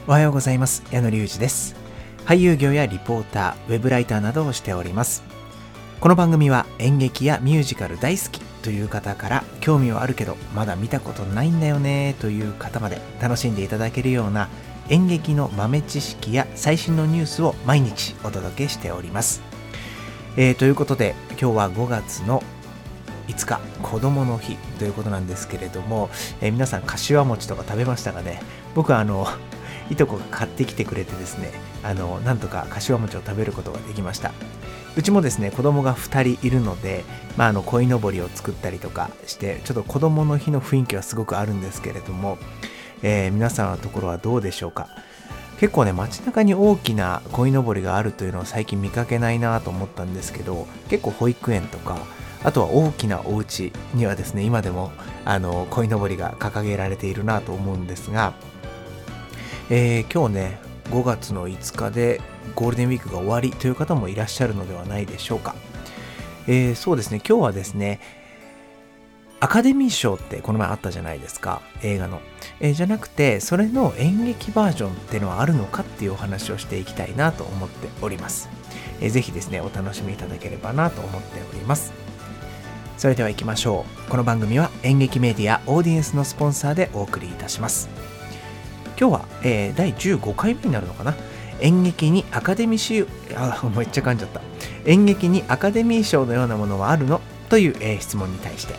おはようございます。矢野隆二です。俳優業やリポーター、ウェブライターなどをしております。この番組は演劇やミュージカル大好きという方から興味はあるけどまだ見たことないんだよねという方まで楽しんでいただけるような演劇の豆知識や最新のニュースを毎日お届けしております。ということで今日は5月の5日子どもの日ということなんですけれども、皆さん柏餅とか食べましたかね。僕はいとこが買ってきてくれてですね、なんとか柏餅を食べることができました。うちもですね、子供が2人いるので、鯉のぼりを作ったりとかして、ちょっと子供の日の雰囲気はすごくあるんですけれども、皆さんのところはどうでしょうか。結構ね、街中に大きな鯉のぼりがあるというのを最近見かけないなと思ったんですけど、結構保育園とか、あとは大きなお家にはですね、今でも鯉のぼりが掲げられているなと思うんですが、今日ね5月の5日でゴールデンウィークが終わりという方もいらっしゃるのではないでしょうか。そうですね、今日はですねアカデミー賞ってこの前あったじゃないですか、映画の、じゃなくてそれの演劇バージョンっていうのはあるのかっていうお話をしていきたいなと思っております。ぜひですねお楽しみいただければなと思っております。それでは行きましょう。この番組は演劇メディアオーディエンスのスポンサーでお送りいたします。今日は、第15回目になるのかな。演劇にアカデミー賞、めっちゃ噛んじゃった。演劇にアカデミー賞のようなものはあるのという、質問に対して、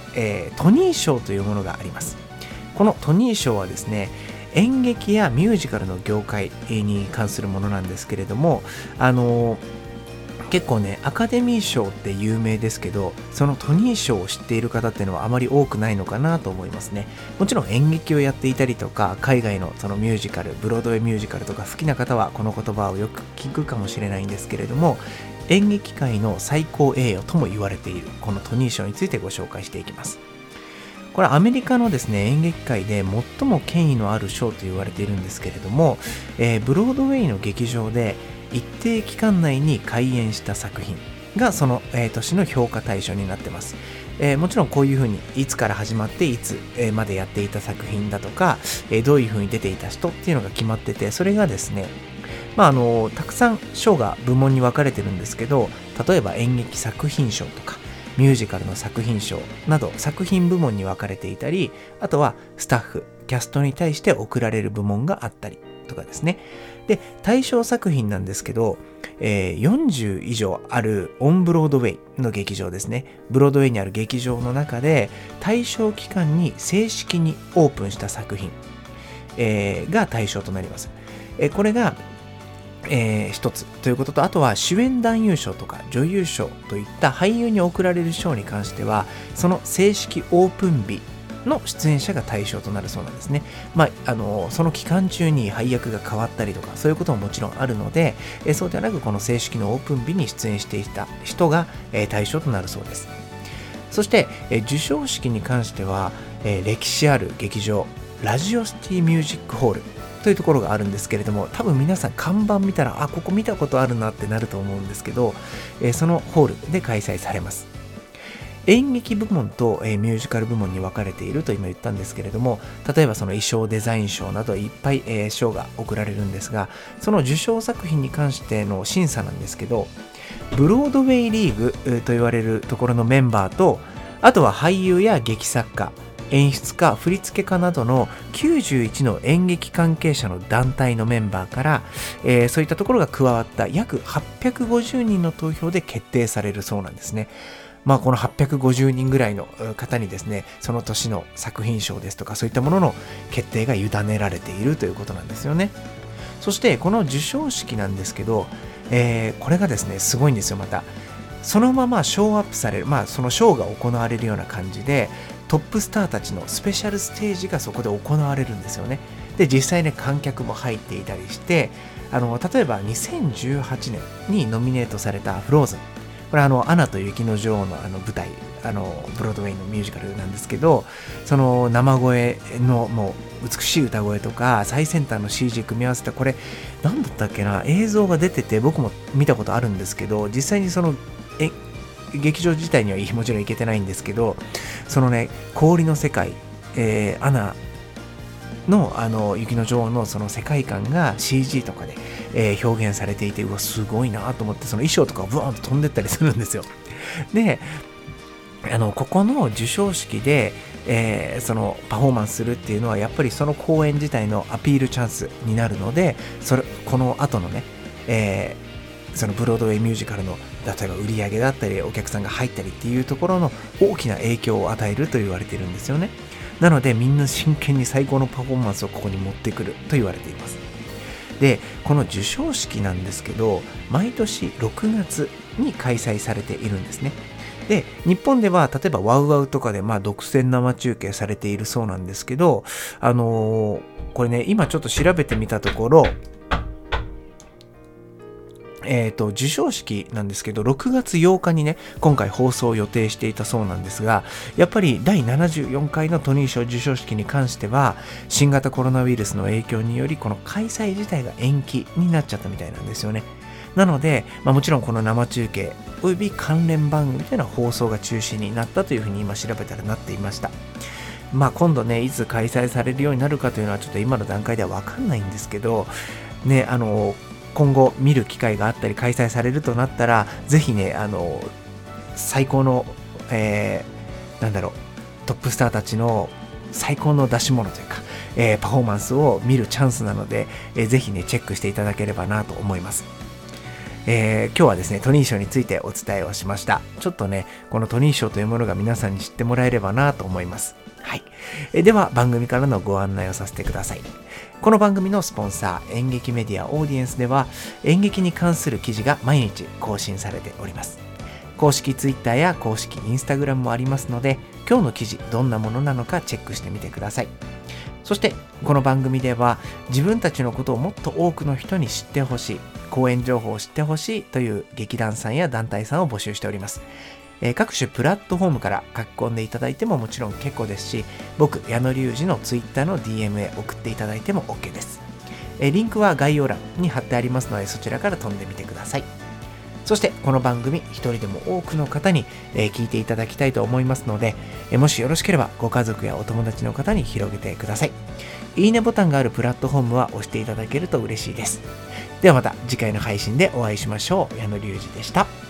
トニー賞というものがあります。このトニー賞はですね、演劇やミュージカルの業界に関するものなんですけれども、結構ねアカデミー賞って有名ですけど、そのトニー賞を知っている方っていうのはあまり多くないのかなと思いますね。もちろん演劇をやっていたりとか、海外のそのミュージカル、ブロードウェイミュージカルとか好きな方はこの言葉をよく聞くかもしれないんですけれども、演劇界の最高栄誉とも言われているこのトニー賞についてご紹介していきます。これはアメリカのですね演劇界で最も権威のある賞と言われているんですけれども、ブロードウェイの劇場で一定期間内に開演した作品がその、年の評価対象になってます。もちろんこういうふうにいつから始まっていつ、までやっていた作品だとか、どういうふうに出ていた人っていうのが決まってて、それがですねたくさん賞が部門に分かれてるんですけど、例えば演劇作品賞とかミュージカルの作品賞など作品部門に分かれていたり、あとはスタッフキャストに対して贈られる部門があったりとかですね。で、対象作品なんですけど、40以上あるオンブロードウェイの劇場ですね。ブロードウェイにある劇場の中で対象期間に正式にオープンした作品、が対象となります。これが一つということと、あとは主演男優賞とか女優賞といった俳優に贈られる賞に関しては、その正式オープン日の出演者が対象となるそうなんですね。その期間中に配役が変わったりとかそういうことももちろんあるので、そうではなくこの正式のオープン日に出演していた人が、対象となるそうです。そして、授賞式に関しては、歴史ある劇場ラジオシティミュージックホールというところがあるんですけれども、多分皆さん看板見たらここ見たことあるなってなると思うんですけど、そのホールで開催されます。演劇部門と、ミュージカル部門に分かれていると今言ったんですけれども、例えばその衣装デザイン賞などいっぱい、賞が贈られるんですが、その受賞作品に関しての審査なんですけど、ブロードウェイリーグと言われるところのメンバーと、あとは俳優や劇作家、演出家、振付家などの91の演劇関係者の団体のメンバーから、そういったところが加わった約850人の投票で決定されるそうなんですね。この850人ぐらいの方にですね、その年の作品賞ですとかそういったものの決定が委ねられているということなんですよね。そしてこの授賞式なんですけど、これがですねすごいんですよ。またそのままショーアップされる、そのショーが行われるような感じで、トップスターたちのスペシャルステージがそこで行われるんですよね。で、実際ね観客も入っていたりして、例えば2018年にノミネートされたフローズン、これアナと雪の女王の舞台、ブロードウェイのミュージカルなんですけど、その生声のもう美しい歌声とか最先端の CG 組み合わせた、これ何だったっけな、映像が出てて僕も見たことあるんですけど、実際にその劇場自体にはもちろん行けてないんですけど、そのね氷の世界、アナ雪の女王のその世界観が CG とかで、表現されていて、うわすごいなと思って、その衣装とかブワーンと飛んでったりするんですよ。でここの授賞式で、そのパフォーマンスするっていうのはやっぱりその公演自体のアピールチャンスになるので、この後のね、そのブロードウェイミュージカルの例えば売り上げだったりお客さんが入ったりっていうところの大きな影響を与えると言われているんですよね。なのでみんな真剣に最高のパフォーマンスをここに持ってくると言われています。でこの授賞式なんですけど、毎年6月に開催されているんですね。で日本では例えばワウワウとかで独占生中継されているそうなんですけど、これね今ちょっと調べてみたところ、授賞式なんですけど6月8日にね今回放送を予定していたそうなんですが、やっぱり第74回のトニー賞授賞式に関しては新型コロナウイルスの影響によりこの開催自体が延期になっちゃったみたいなんですよね。なので、もちろんこの生中継および関連番組というのは放送が中止になったというふうに今調べたらなっていました。今度ねいつ開催されるようになるかというのはちょっと今の段階では分かんないんですけどね、今後見る機会があったり開催されるとなったらぜひね最高の、トップスターたちの最高の出し物というか、パフォーマンスを見るチャンスなので、ぜひねチェックしていただければなと思います。今日はですねトニー賞についてお伝えをしました。ちょっとねこのトニー賞というものが皆さんに知ってもらえればなと思います。はい。では番組からのご案内をさせてください。この番組のスポンサー演劇メディアオーディエンスでは演劇に関する記事が毎日更新されております。公式 Twitter や公式 Instagram もありますので、今日の記事どんなものなのかチェックしてみてください。そしてこの番組では自分たちのことをもっと多くの人に知ってほしい、公演情報を知ってほしいという劇団さんや団体さんを募集しております。各種プラットフォームから書き込んでいただいてももちろん結構ですし、僕矢野隆二の Twitter の DM へ送っていただいても OK です。リンクは概要欄に貼ってありますのでそちらから飛んでみてください。そしてこの番組一人でも多くの方に聞いていただきたいと思いますので、もしよろしければご家族やお友達の方に広げてください。いいねボタンがあるプラットフォームは押していただけると嬉しいです。ではまた次回の配信でお会いしましょう。矢野隆二でした。